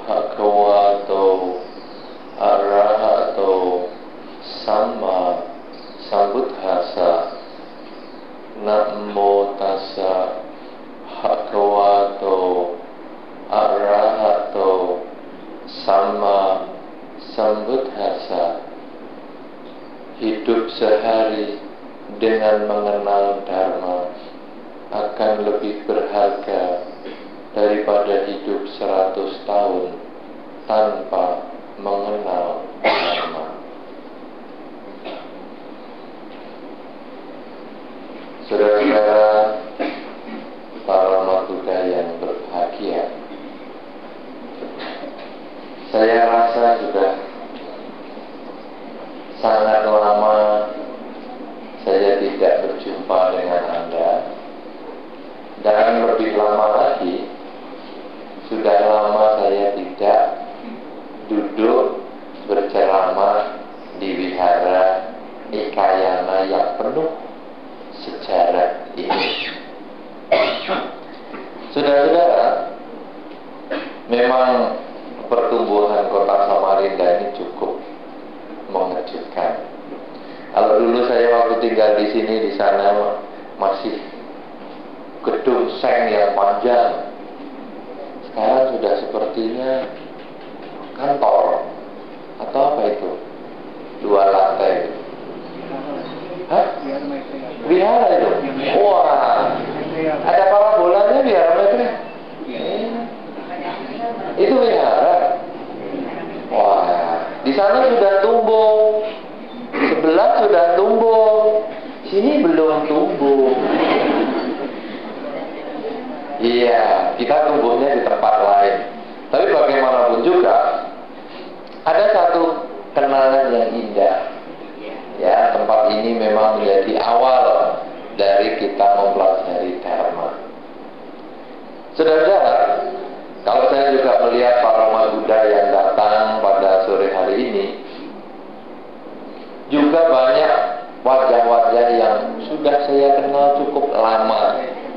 bhagavato arahato sama sambuddhassa. Namo tassa bhagavato arahato sama sambuddhassa. Hidup sehari dengan mengenal Dharma akan lebih berharga daripada hidup 100 tahun tanpa mengenal Dharma. Saudara-saudara, para umat Buddha yang berbahagia, saya rasa sudah sangat lama saya tidak berjumpa dengan Anda, dan lebih lama lagi sudah lama saya tidak duduk berceramah di wihara Ekayana yang penuh sejarah ini. Saudara-saudara, memang pertumbuhan kota Samarinda ini cukup mengejutkan. Kalau dulu saya waktu tinggal di sini, di sana masih gedung seng yang panjang. Sekarang sudah sepertinya kantor atau apa itu? 2 lantai. Hah? Wihara itu? Wah, ada parabolanya wihara metre. Itu wihara. Wah, di sana sudah tumbuh, sebelah sudah tumbuh, sini belum tumbuh. Iya, kita tumbuhnya di tempat lain. Tapi bagaimanapun juga, ada satu kenangan yang indah. Ya, tempat ini memang menjadi awal dari kita mempelajari Dharma. Saudara-saudara, kalau saya juga melihat para umat Buddha yang datang pada sore hari ini, juga banyak wajah-wajah yang sudah saya kenal cukup lama.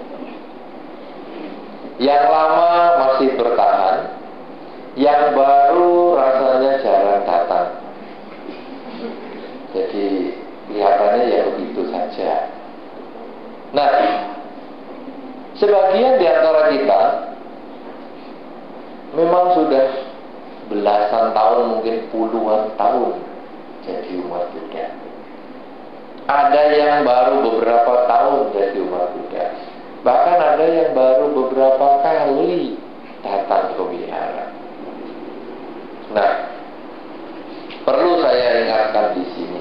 Yang lama masih bertahan, yang baru rasanya jarang datang. Jadi kelihatannya ya begitu saja. Nah, sebagian di antara kita memang sudah belasan tahun, mungkin puluhan tahun jadi umat Buddha. Ada yang baru beberapa tahun jadi umat Buddha. Bahkan ada yang baru beberapa kali datang ke wihara. Nah, perlu saya ingatkan di sini.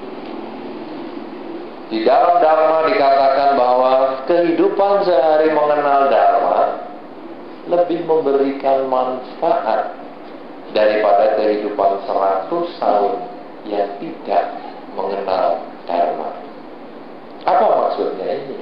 Di dalam Dharma dikatakan bahwa kehidupan sehari mengenal Dharma lebih memberikan manfaat daripada kehidupan 100 tahun yang tidak mengenal Dharma. Apa maksudnya ini?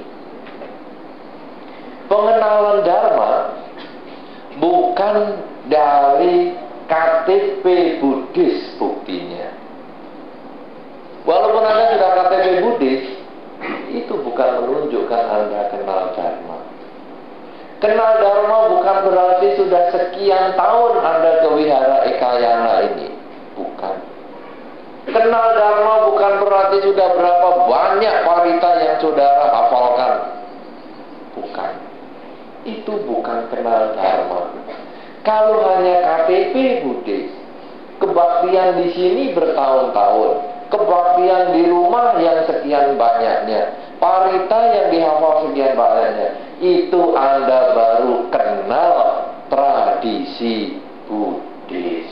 Pengenalan Dharma bukan dari KTP Buddhis buktinya. Walaupun Anda sudah KTP Buddhis, itu bukan menunjukkan Anda kenal Dharma. Kenal Dharma bukan berarti sudah sekian tahun Anda ke wihara Ekayana ini. Bukan. Kenal Dharma bukan berarti sudah berapa banyak parita yang saudara hafalkan. Bukan. Itu bukan kenal Dharma. Kalau hanya KTP Buddhis, kebaktian di sini bertahun-tahun, kebaktian di rumah yang sekian banyaknya, parita yang dihafal sekian banyaknya, itu Anda baru kenal tradisi Buddhis.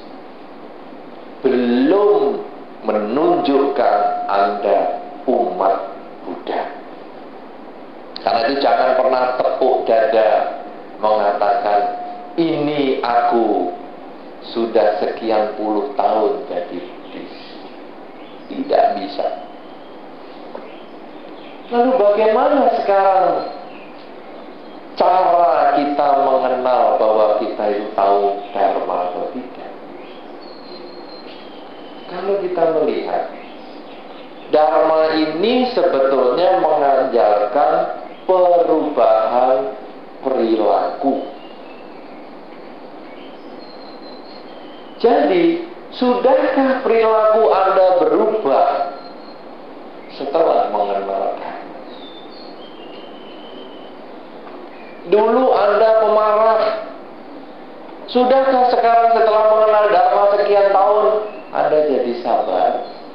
Belum menunjukkan Anda umat Buddha. Karena itu jangan pernah tepuk dada mengatakan, ini aku sudah sekian puluh tahun jadi Buddhis. Tidak bisa. Lalu bagaimana sekarang cara kita mengenal bahwa kita itu tahu Dharma atau tidak? Kalau kita melihat Dharma ini sebetulnya mengajarkan perubahan perilaku. Jadi, sudahkah perilaku Anda berubah setelah mengenal Dharma? Dulu Anda pemarah. Sudahkah sekarang setelah mengenal Dharma sekian tahun Anda jadi sabar?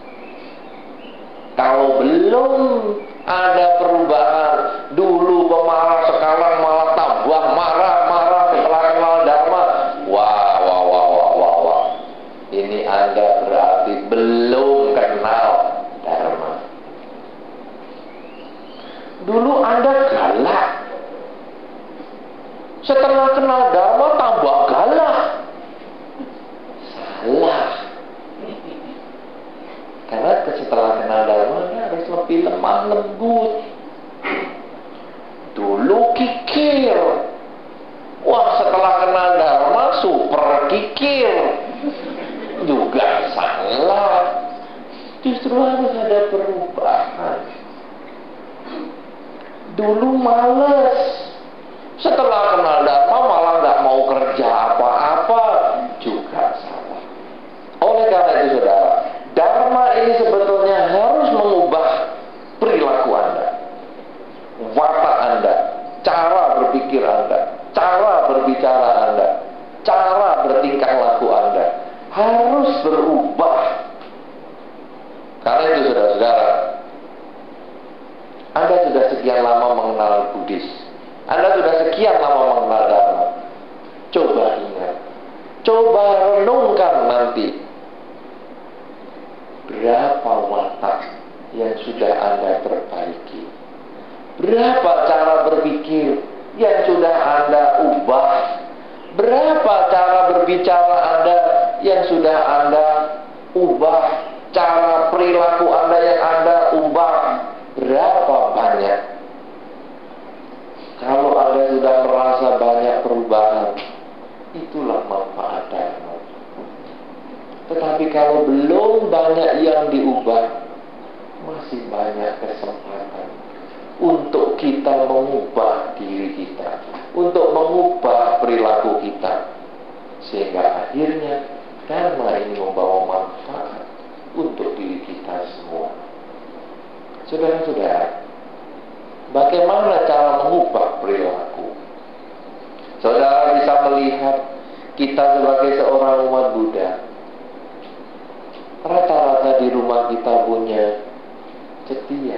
Kalau belum ada perubahan, dulu pemarah sekarang malah tambah marah-marah setelah kenal Dharma. Wah. Ini Anda berarti belum kenal Dharma. Dulu Anda galak. Setelah kenal Dharma tambah galak. Salah. Karena setelah kenal Dharma harus lebih lemah lembut. Dulu kikir. Wah, setelah kenal Dharma super kikir. Juga salah. Justru harus ada perubahan. Dulu males. Setelah kenal Dharma malah nggak mau kerja apa-apa. Juga salah. Oleh karena itu saudara, Dharma ini sebetulnya harus mengubah perilaku Anda, watak Anda, cara berpikir Anda, cara berbicara Anda, cara bertingkah laku Anda harus berubah. Karena itu saudara-saudara, Anda sudah sekian lama mengenal Buddhis, Anda sudah sekian lama mengenal Dharma. Coba ingat, coba renungkan nanti, berapa watak yang sudah Anda perbaiki, berapa cara berpikir yang sudah Anda ubah, berapa cara berbicara Anda yang sudah Anda ubah, cara perilaku Anda yang Anda ubah, berapa banyak. Kalau Anda sudah merasa banyak perubahan, itulah manfaat Dharma. Tetapi kalau belum banyak yang diubah, masih banyak kesempatan untuk kita mengubah diri kita, untuk mengubah perilaku kita, sehingga akhirnya Dharma ini membawa manfaat untuk diri kita semua. Saudara-saudara, bagaimana cara mengubah perilaku? Saudara bisa melihat kita sebagai seorang umat Buddha, rata-rata di rumah kita punya setia.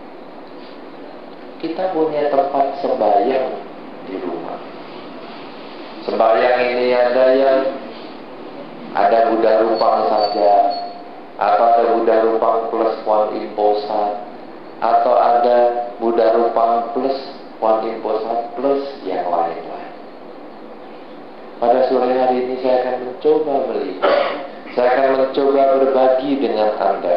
Kita punya tempat sembahyang di rumah. Sembahyang ini ada yang ada Buddha Rupang saja, atau ada Buddha Rupang plus Kuan Yin Posat, atau ada Buddha Rupang plus Kuan Yin Posat plus yang lain-lain. Pada sore hari ini saya akan mencoba melihat, saya akan mencoba berbagi dengan Anda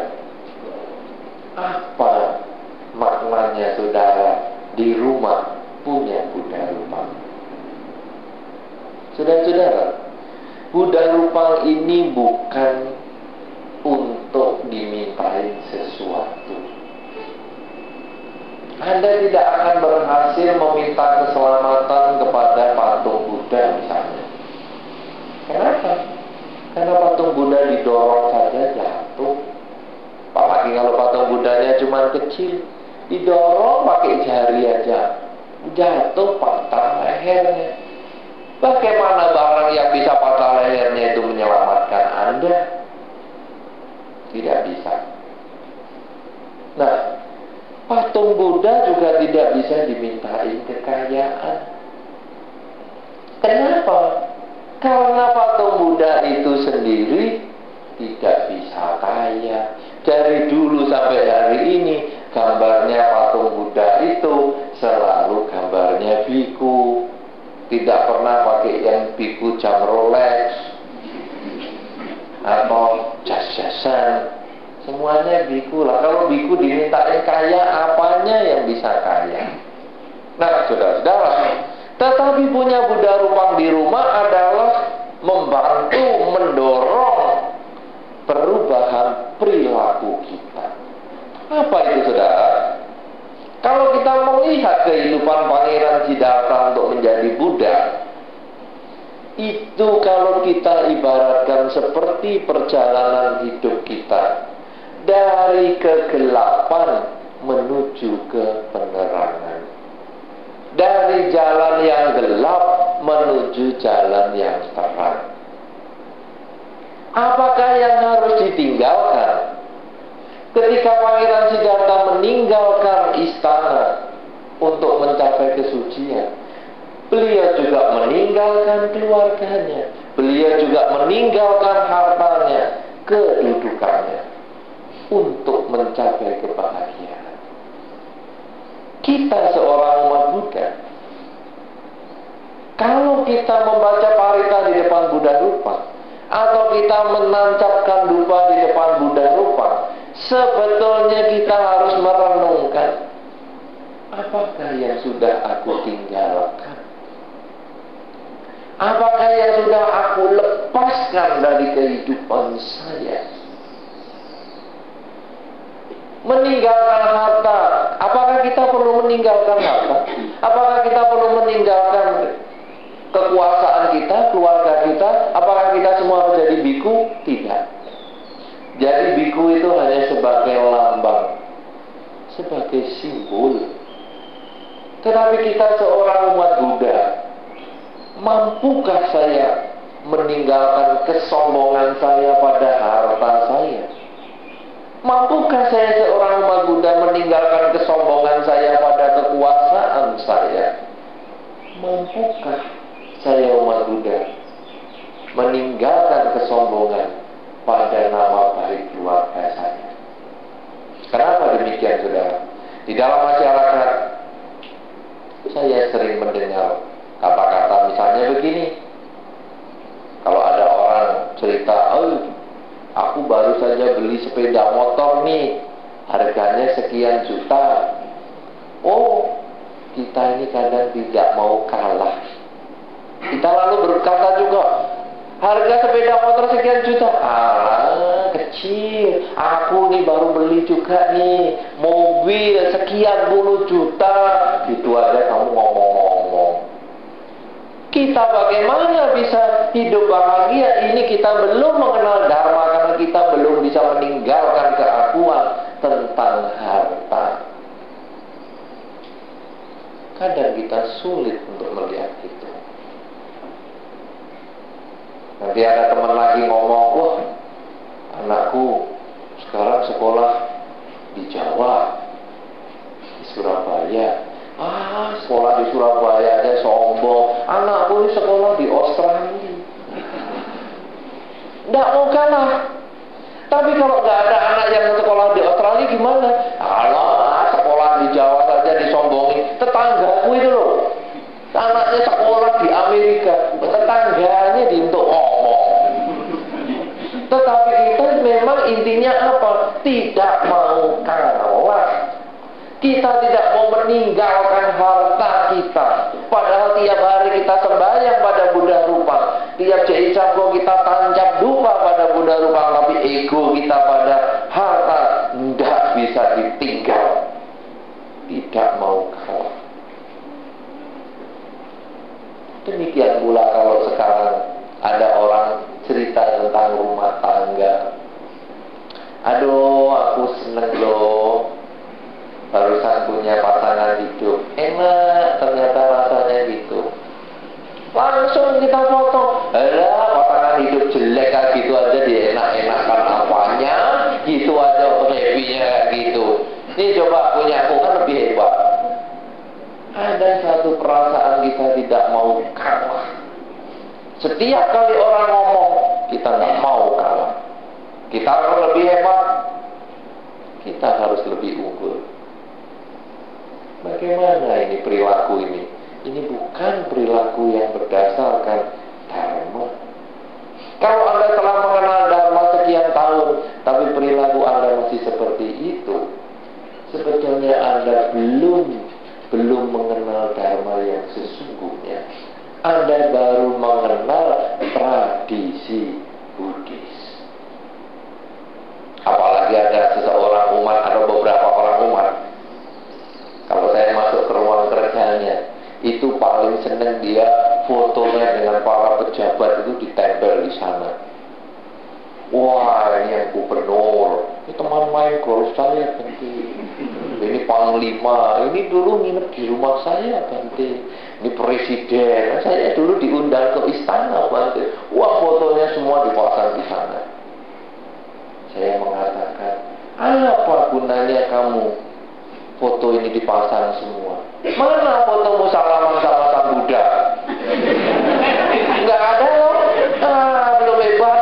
apa maknanya saudara di rumah punya Buddha Rupang. Saudara-saudara, Buddha Rupang ini bukan untuk dimintain sesuatu. Anda tidak akan berhasil meminta keselamatan kepada patung Buddha misalnya. Kenapa? Karena patung Buddha didorong saja jatuh. Apalagi kalau patung Buddhanya cuma kecil, didorong pakai jari aja, jatuh patah lehernya. Bagaimana barang yang bisa patah lehernya itu menyelamatkan Anda? Tidak bisa. Nah, patung Buddha juga tidak bisa dimintain kekayaan. Kenapa? Karena patung Buddha itu sendiri tidak bisa kaya. Dari dulu sampai hari ini, gambarnya patung Buddha itu selalu gambarnya biku. Tidak pernah pakai yang biku jam Rolex atau jas-jasan. Semuanya biku lah. Kalau biku dimintain kaya, apanya yang bisa kaya? Nah, saudara-saudara, tetapi punya Buddha Rupang di rumah adalah membantu, mendorong perubahan perilaku kita. Apa itu, saudara? Kalau kita melihat kehidupan Pangeran Siddhartha untuk menjadi Buddha, itu itu kalau kita ibaratkan seperti perjalanan hidup kita dari kegelapan menuju ke penerangan, dari jalan yang gelap menuju jalan yang terang. Apakah yang harus ditinggalkan? Ketika Pangeran Siddhartha meninggalkan istana untuk mencapai kesucian, beliau juga meninggalkan keluarganya, beliau juga meninggalkan hartanya, kedudukannya untuk mencapai kebahagiaan. Kita seorang umat Buddha, kalau kita membaca parita di depan Buddha Rupa, atau kita menancapkan dupa di depan Buddha Rupa, sebetulnya kita harus merenungkan, apakah yang sudah aku tinggalkan? Apakah yang sudah aku lepaskan dari kehidupan saya? Meninggalkan harta, apakah kita perlu meninggalkan harta? Apakah kita perlu meninggalkan kekuasaan kita, keluarga kita? Apakah kita semua menjadi biku? Tidak. Jadi biku itu hanya sebagai lambang, sebagai simbol. Tetapi kita seorang umat Buddha, mampukah saya meninggalkan kesombongan saya pada harta saya? Mampukah saya seorang umat Buddha meninggalkan kesombongan saya pada kekuasaan saya? Mampukah saya umat Buddha meninggalkan kesombongan pada nama baik keluarga saya? Kenapa demikian, saudara? Di dalam masyarakat saya sering mendengar kata-kata misalnya begini. Kalau ada orang cerita, "Oh, aku baru saja beli sepeda motor nih, harganya sekian juta." Oh, kita ini kadang tidak mau kalah. Kita lalu berkata juga, harga sepeda motor sekian juta. Ah, kecil. Aku nih baru beli juga nih mobil sekian puluh juta. Gitu aja kamu ngomong-ngomong. Kita bagaimana bisa hidup bahagia? Ini kita belum mengenal Dharma, karena kita belum bisa meninggalkan keakuan tentang harta. Kadang kita sulit untuk melihat itu. Nanti ada teman lagi ngomong, "Wah, anakku sekarang sekolah di Jawa, di Surabaya." Ah, sekolah di Surabaya aja sombong. Anakku ini sekolah di Australia. Nggak mau kalah. Tapi kalau nggak ada anak yang sekolah di Australia gimana? Alah, sekolah di Jawa saja disombongin. Tetanggaku itu loh, anaknya sekolah di Amerika, tetangganya untuk ngomong. Tetapi kita memang intinya apa? Tidak mau kalah. Kita tidak mau meninggalkan harta kita. Padahal tiap hari kita sembahyang pada Buddha Rupa, tiap Jaicaplo kita tancap dupa pada Buddha Rupa, tapi ego kita pada harta tidak bisa ditinggal. Tidak mau kalah. Demikian pula kalau sekarang ada orang cerita tentang rumah tangga. Aduh, aku seneng loh, barusan punya pasangan hidup, enak ternyata rasanya gitu. Langsung kita foto. Alah, pasangan hidup jelek kayak gitu aja dienak-enakan apanya, gitu aja happy-nya kayak gitu. Ini coba punya aku kan lebih hebat. Ada satu perasaan kita tidak mau kalah. Setiap kali orang ngomong, kita nggak mau kalah. Kita harus lebih hebat. Kita harus lebih unggul. Bagaimana ini perilaku ini? Ini bukan perilaku yang berdasarkan Dharma. Kalau Anda telah mengenal Dharma sekian tahun, tapi perilaku Anda masih seperti itu, sebetulnya Anda belum mengenal Dharma yang sesungguhnya. Anda baru mengenal tradisi Buddhis. Apalagi ada seseorang umat atau beberapa orang umat, kalau saya masuk ke ruang kerjanya, itu paling senang dia fotonya dengan para pejabat itu gubernur, ini teman main golf saya penting, ini panglima, ini dulu nginep di rumah saya penting, ini presiden, saya dulu diundang ke istana penting, wah fotonya semua dipasang di sana. Saya mengatakan, apa gunanya kamu foto ini dipasang semua? Mana fotomu salaman sama Sang Buddha? Nggak ada loh. Belum hebat.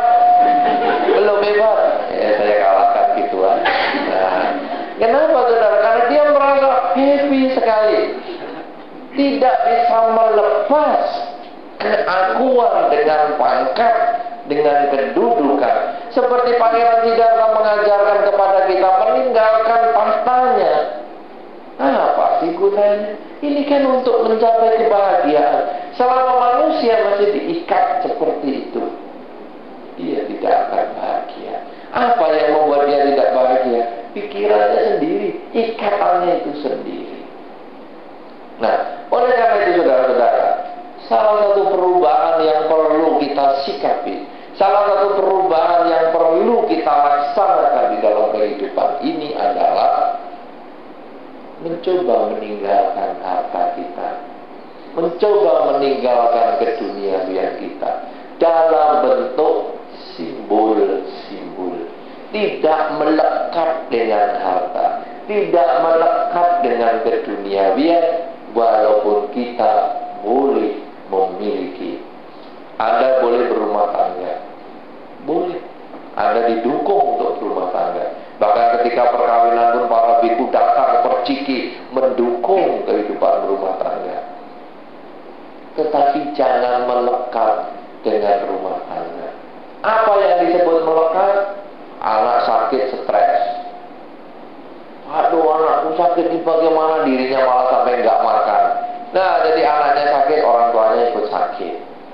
Ya, saya kalahkan gituan. Kenapa saudara? Karena dia merasa happy sekali, tidak bisa melepas keakuan dengan pangkat, dengan kedudukan. Seperti Pangeran Siddhartha mengajarkan kepada kita, meninggalkan tahtanya. Apa sih gunanya? Ini kan untuk mencapai kebahagiaan. Selama manusia masih diikat seperti itu, dia tidak akan bahagia. Apa yang membuat dia tidak bahagia? Pikirannya sendiri, ikatannya itu sendiri. Nah, oleh karena itu saudara-saudara, salah satu perubahan yang perlu kita sikapi, salah satu perubahan yang perlu kita laksanakan di dalam kehidupan ini adalah mencoba meninggalkan harta kita, mencoba meninggalkan keduniawian kita dalam bentuk simbol-simbol, tidak melekat dengan harta, tidak melekat dengan keduniawian, walaupun kita boleh memiliki. Anda boleh berumah tangga, boleh, Anda didukung untuk berumah tangga. Bahkan ketika perkawinan pun para biku datang perciki mendukung kehidupan berumah tangga. Tetapi jangan melekat dengan rumah tangga. Apa yang disebut melekat? Anak sakit stres. Aduh, anakku sakit ini bagaimana, dirinya malah sampai nggak makan. Nah, jadi anaknya sakit, orang tuanya ikut sakit.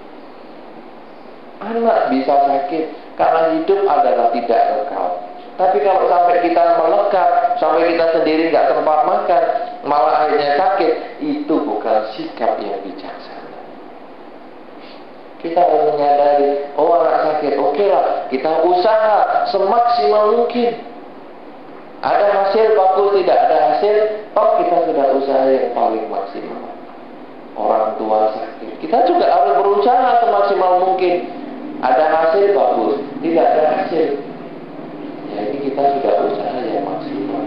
Anak bisa sakit karena hidup adalah tidak kekal. Tapi kalau sampai kita melekat, sampai kita sendiri nggak sempat makan, malah akhirnya sakit, itu bukan sikap yang bijaksana. Kita harus menyadari, oh anak sakit, oke lah, kita usaha semaksimal mungkin. Ada hasil bagus, tidak ada hasil, toh kita sudah usaha yang paling maksimal. Orang tua sakit, kita juga harus berusaha semaksimal mungkin. Ada hasil bagus, tidak ada hasil, ya ini kita sudah usaha yang maksimal.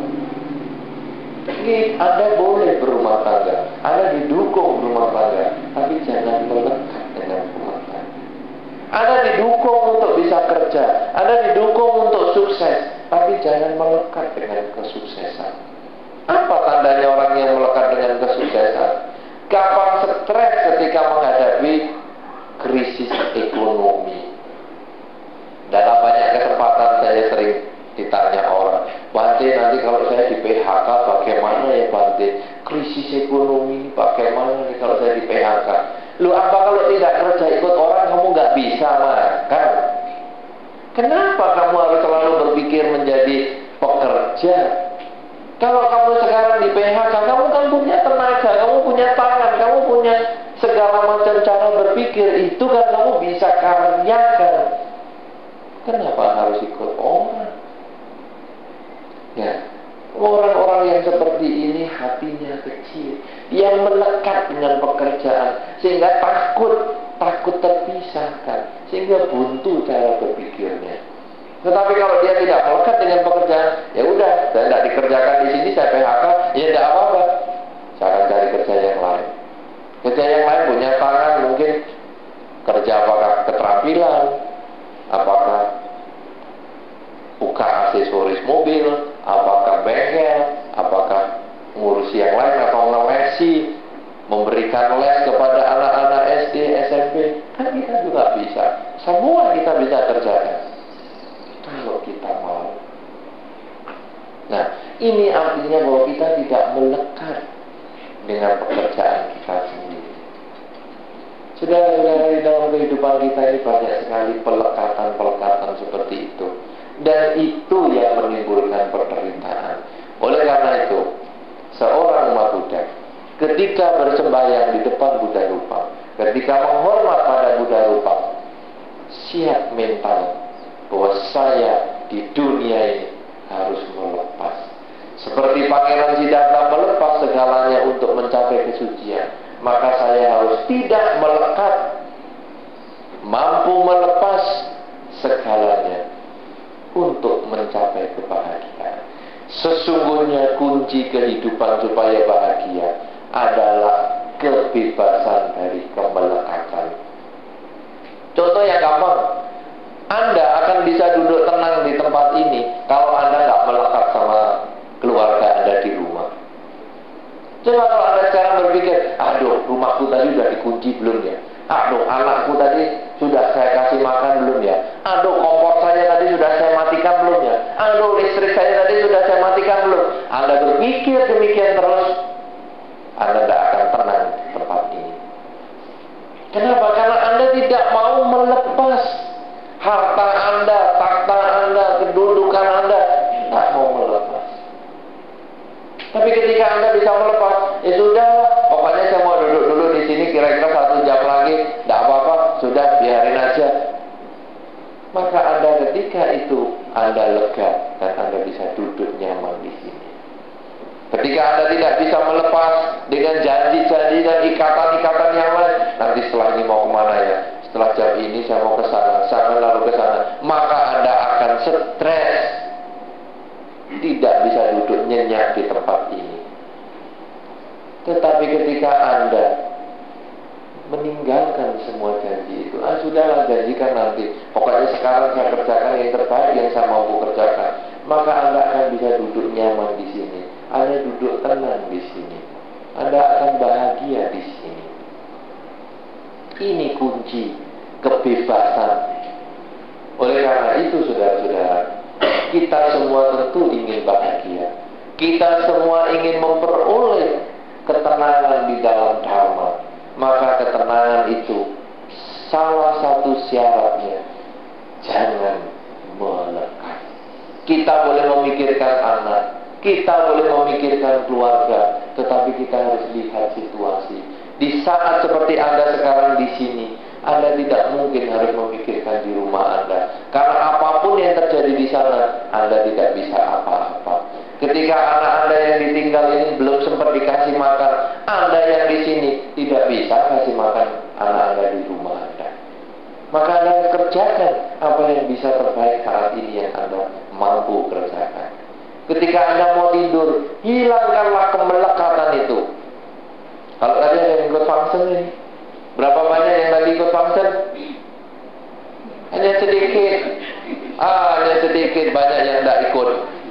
Anda boleh berumah tangga, Anda didukung berumah tangga, tapi jangan melekat dengan rumah tangga. Anda didukung untuk bisa kerja, Anda didukung untuk sukses, tapi jangan melekat dengan kesuksesan. Apa tandanya orang yang melekat dengan kesuksesan? Gampang stres ketika menghadapi krisis ekonomi. Dalam banyak kesempatan saya sering ditanya orang, Bante, nanti kalau saya di PHK bagaimana ya Bante? Krisis ekonomi bagaimana nih kalau saya di PHK? Lu apa kalau tidak kerja ikut orang kamu nggak bisa makan? Kenapa kamu harus selalu berpikir menjadi pekerja? Kalau kamu sekarang di PHK, kamu kan punya tenaga, kamu punya tangan, kamu punya segala macam cara berpikir, itu kan kamu bisa karyakan. Kenapa harus ikut orang? Ya, orang-orang yang seperti ini hatinya kecil, yang melekat dengan pekerjaan, sehingga takut terpisahkan, sehingga buntu cara berpikirnya. Tetapi kalau dia tidak melekat dengan pekerjaan, ya udah, saya tidak dikerjakan di sini, saya PHK, ya tidak apa-apa, saya akan cari kerja yang lain. Kerja yang lain punya tangan, mungkin kerja apakah keterampilan, apakah buka aksesoris mobil, apakah bengkel, apakah ngurusi yang lain, atau ngelesi, memberikan les kepada anak-anak SD, SMP, kan kita juga bisa. Semua kita bisa kerjakan kalau kita mau. Nah, ini artinya bahwa kita tidak melekat dengan pekerjaan kita sendiri. Saudara-saudara, di dalam kehidupan kita ini banyak sekali pelekatan-pelekatan seperti itu. Dan itu yang menimbulkan penderitaan. Oleh karena itu, seorang umat Buddha ketika bersembahyang di depan Buddha Rupa, ketika menghormat pada Buddha Rupa, siap mental bahwa saya di dunia ini harus melepas. Seperti Pangeran Siddhartha melepas segalanya untuk mencapai kesucian, maka saya harus tidak melekat, mampu melepas segalanya untuk mencapai kebahagiaan. Sesungguhnya kunci kehidupan supaya bahagia adalah kebebasan dari kemelekatan. Contoh yang gampang, Anda akan bisa duduk tenang di tempat ini kalau Anda nggak melekat sama keluarga Anda di rumah. Coba kalau Anda sekarang berpikir, aduh, rumahku tadi sudah dikunci belum ya? Aduh, anakku tadi sudah saya kasih makan belum ya? Aduh, kompor saya tadi sudah saya matikan belum ya? Aduh, listrik saya tadi sudah saya matikan belum? Anda berpikir demikian terus, Anda tidak akan tenang di tempat ini. Kenapa? Karena Anda tidak mau melepas harta Anda, takhta Anda, kedudukan Anda, tidak mau melepas. Tapi ketika Anda bisa melepas, ya sudah, pokoknya saya mau duduk dulu di sini kira-kira 1 jam lagi, tidak apa-apa, sudah biarin aja. Maka Anda ketika itu Anda lega dan Anda bisa duduk nyaman di sini. Ketika Anda tidak bisa melepas dengan janji-janji dan ikatan-ikatan yang lain, nanti setelah ini mau kemana ya? Setelah jam ini saya mau ke sana lalu ke sana, maka Anda akan stres, tidak bisa duduk nyenyak di tempat ini. Tetapi ketika Anda meninggalkan semua janji itu, sudahlah, janjikan nanti, pokoknya sekarang saya kerjakan yang terbaik yang saya mampu kerjakan, maka Anda akan bisa duduk nyaman di sini. Anda duduk tenang di sini. Anda akan bahagia di sini. Ini kunci kebebasan. Oleh karena itu, saudara-saudara, kita semua tentu ingin bahagia. Kita semua ingin memperoleh ketenangan di dalam dharma. Maka ketenangan itu salah satu syaratnya, jangan melekat. Kita boleh memikirkan anak, kita boleh memikirkan keluarga, tetapi kita harus lihat situasi. Di saat seperti Anda sekarang di sini, Anda tidak mungkin harus memikirkan di rumah Anda, karena apapun yang terjadi di sana, Anda tidak bisa apa-apa. Ketika anak Anda yang ditinggal ini belum sempat dikasih makan, Anda yang di sini tidak bisa kasih makan anak Anda di rumah Anda. Maka Anda kerjakan apa yang bisa terbaik saat ini yang Anda mampu kerjakan. Ketika Anda mau tidur, hilangkanlah kemelekatan itu. Kalau tadi ada yang ikut function ini, berapa banyak yang tadi ikut function? Hanya sedikit. Hanya sedikit, banyak yang tidak ikut.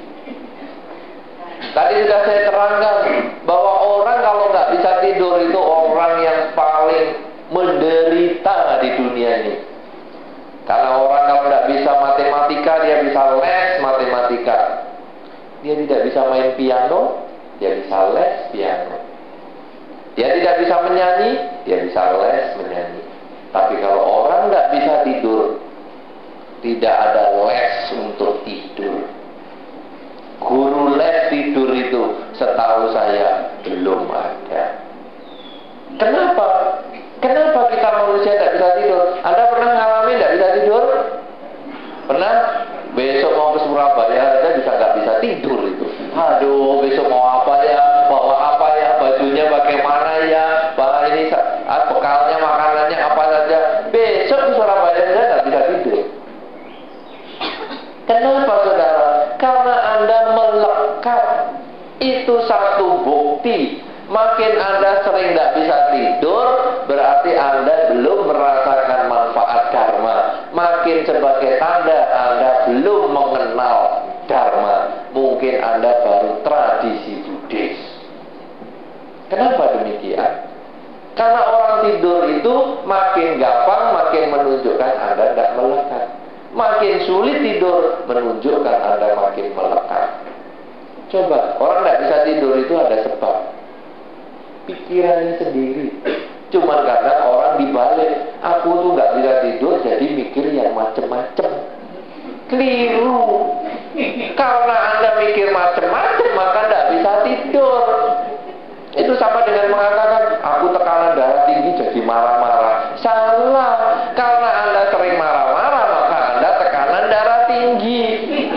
Tadi sudah saya terangkan bahwa orang kalau nggak bisa tidur itu orang yang paling menderita di dunia ini. Karena orang kalau nggak bisa matematika, dia bisa les matematika. Dia tidak bisa main piano, dia bisa les piano. Dia tidak bisa menyanyi, dia bisa les menyanyi. Tapi kalau orang nggak bisa tidur, tidak ada les untuk tidur. Guru les tidur itu setahu saya belum ada. Kenapa? Kenapa kita manusia tidak bisa tidur? Anda pernah mengalami tidak bisa tidur? Pernah? Besok mau ke Surabaya aja nggak bisa tidur itu. Aduh, besok mau apa ya? Bawa apa ya? Bajunya bagaimana ya? Bawa ini bekalnya, makanannya apa saja. Besok ke Surabaya aja nggak bisa tidur. Kenapa, saudara? Karena Anda melekat. Itu satu bukti. Makin Anda sering tidak bisa tidur, berarti Anda belum merasakan manfaat dharma. Makin sebagai tanda Anda belum mengenal dharma. Mungkin Anda baru tradisi Buddhis. Kenapa demikian? Karena orang tidur itu makin gampang, makin menunjukkan Anda tidak melekat. Makin sulit tidur, menunjukkan Anda makin melekat. Coba, orang tidak bisa tidur itu ada sebab. Pikirannya sendiri. Cuma kadang orang dibalik, aku tuh nggak bisa tidur, jadi mikir yang macem-macem. Keliru. Karena Anda mikir macem-macem, maka nggak bisa tidur. Itu sama dengan mengatakan, aku tekanan darah tinggi jadi marah-marah. Salah. Karena Anda sering marah-marah, maka Anda tekanan darah tinggi.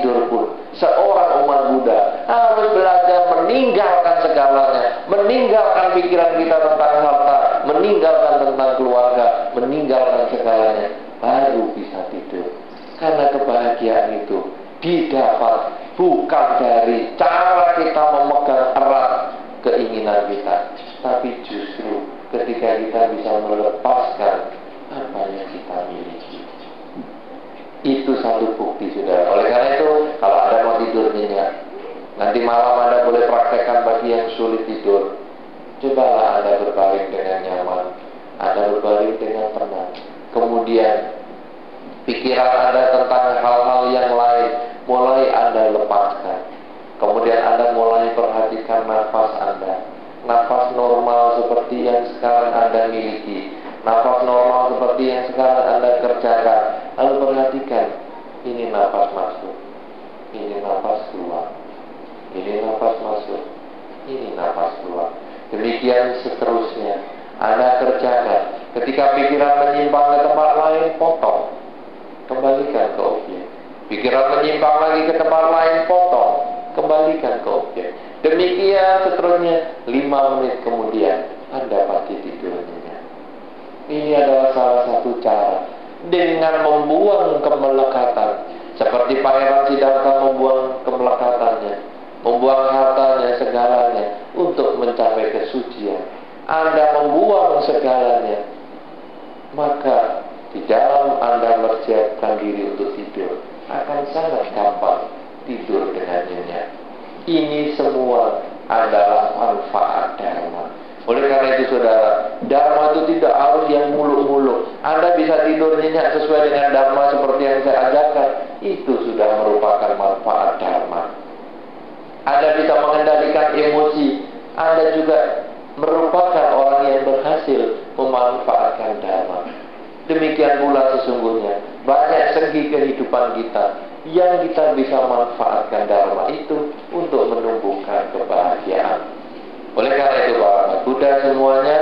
tidur pun seorang umat Buddha harus belajar meninggalkan segalanya, meninggalkan pikiran kita tentang harta, meninggalkan tentang keluarga, meninggalkan segalanya, baru bisa tidur. Karena kebahagiaan itu didapat bukan dari cara kita memegang erat keinginan kita, tapi justru ketika kita bisa melepaskan apa yang kita miliki. Itu satu bukti, saudara. Oleh karena itu, kalau Anda mau tidur nyenyak, nanti malam Anda boleh praktekkan bagi yang sulit tidur. Cobalah Anda berbaring dengan nyaman, Anda berbaring dengan tenang. Kemudian pikiran Anda tentang hal-hal yang lain mulai Anda lepaskan. Kemudian Anda mulai perhatikan nafas Anda, nafas normal seperti yang sekarang Anda miliki, nafas normal seperti yang sekarang Anda kerjakan. Lalu perhatikan, ini nafas masuk, ini nafas keluar, ini nafas masuk, ini nafas keluar. Demikian seterusnya Anda kerjakan. Ketika pikiran menyimpang ke tempat lain, potong, kembalikan ke objek. Pikiran menyimpang lagi ke tempat lain, potong, kembalikan ke objek. Demikian seterusnya. 5 menit kemudian Anda pasti tidurnya. Ini adalah salah satu cara dengan membuang kemelekatan, seperti Pangeran Siddhartha membuang kemelekatannya, membuang hartanya, segalanya untuk mencapai kesucian. Anda membuang segalanya, maka di dalam Anda mempersiapkan diri untuk tidur, akan sangat gampang tidur dengan nyenyak. Ini semua adalah manfaat Dharma. Oleh karena itu, saudara, Dharma itu tidak harus yang muluk-muluk. Anda bisa tidur nyenyak sesuai dengan Dharma seperti yang saya ajarkan. Itu sudah merupakan manfaat Dharma. Anda bisa mengendalikan emosi. Anda juga merupakan orang yang berhasil memanfaatkan Dharma. Demikian pula sesungguhnya banyak segi kehidupan kita yang kita bisa manfaatkan Dharma itu untuk menumbuhkan kebahagiaan. Oleh karena itu, Pak Buddha semuanya,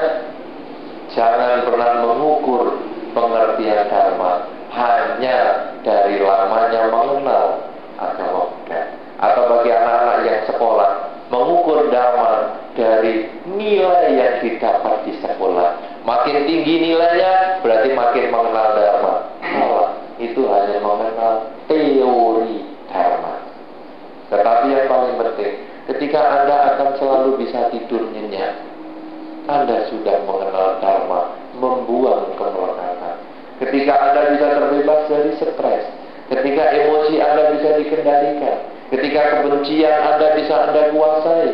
jangan pernah mengukur pengertian Dharma hanya dari lamanya mengenal agama Buddha. Atau bagi anak-anak yang sekolah, mengukur Dharma dari nilai yang didapat di sekolah. Makin tinggi nilainya, berarti makin mengenal Dharma. Salah, itu hanya mengenal teori Dharma. Tetapi yang paling penting, ketika Anda akan selalu bisa tidur nyenyak, Anda sudah mengenal Dharma, membuang kemelekatan. Ketika Anda bisa terbebas dari stres, ketika emosi Anda bisa dikendalikan, ketika kebencian Anda bisa Anda kuasai,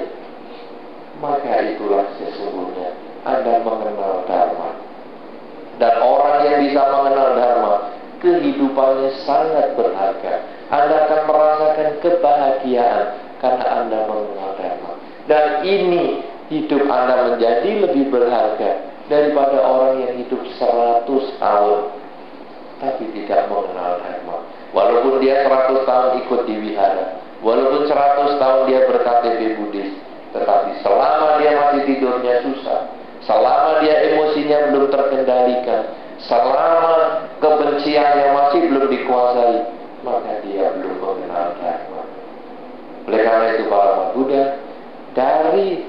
maka itulah sesungguhnya Anda mengenal Dharma. Dan orang yang bisa mengenal Dharma, kehidupannya sangat berharga. Anda akan merasakan kebahagiaan karena Anda mengenal Dharma. Dan ini hidup Anda menjadi lebih berharga daripada orang yang hidup 100 tahun tapi tidak mengenal Dharma. Walaupun dia 100 tahun ikut di wihara, walaupun 100 tahun dia ber-KTP Buddhis, tetapi selama dia masih tidurnya susah, selama dia emosinya belum terkendalikan, selama kebenciannya masih belum dikuasai, maka dia belum mengenal Dharma. Oleh karena itu, para Buddha, dari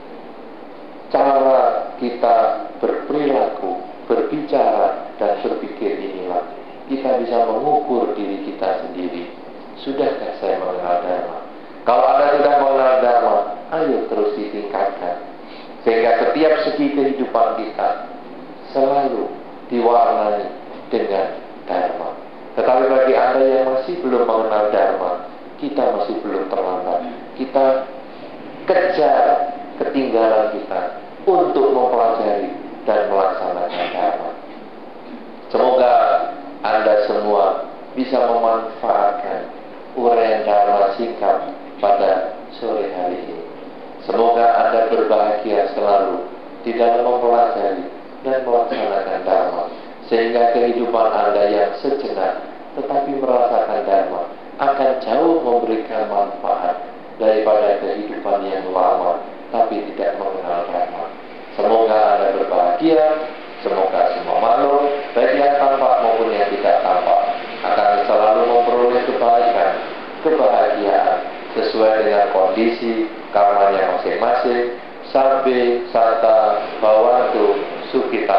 cara kita berperilaku, berbicara, dan berpikir inilah kita bisa mengukur diri kita sendiri. Sudahkah saya mengenal Dharma? Kalau Anda sudah mengenal Dharma, ayo terus ditingkatkan, sehingga setiap segi kehidupan kita selalu diwarnai dengan Dharma. Tetapi bagi Anda yang masih belum mengenal Dharma, kita masih belum terlambat. Kita kejar ketinggalan kita untuk mempelajari dan melaksanakan Dharma. Semoga Anda semua bisa memanfaatkan uraian Dharma singkat pada sore hari ini. Semoga Anda berbahagia selalu di dalam mempelajari dan melaksanakan Dharma, sehingga kehidupan Anda yang sejenak tetapi merasakan Dharma akan jauh memberikan manfaat daripada kehidupan yang lama tapi tidak mengenal Dharma. Semoga Anda berbahagia. Semoga semua makhluk, baik yang tampak maupun yang tidak tampak, akan selalu memperoleh kebaikan kasih, sabe, sata, bawantu, sukita.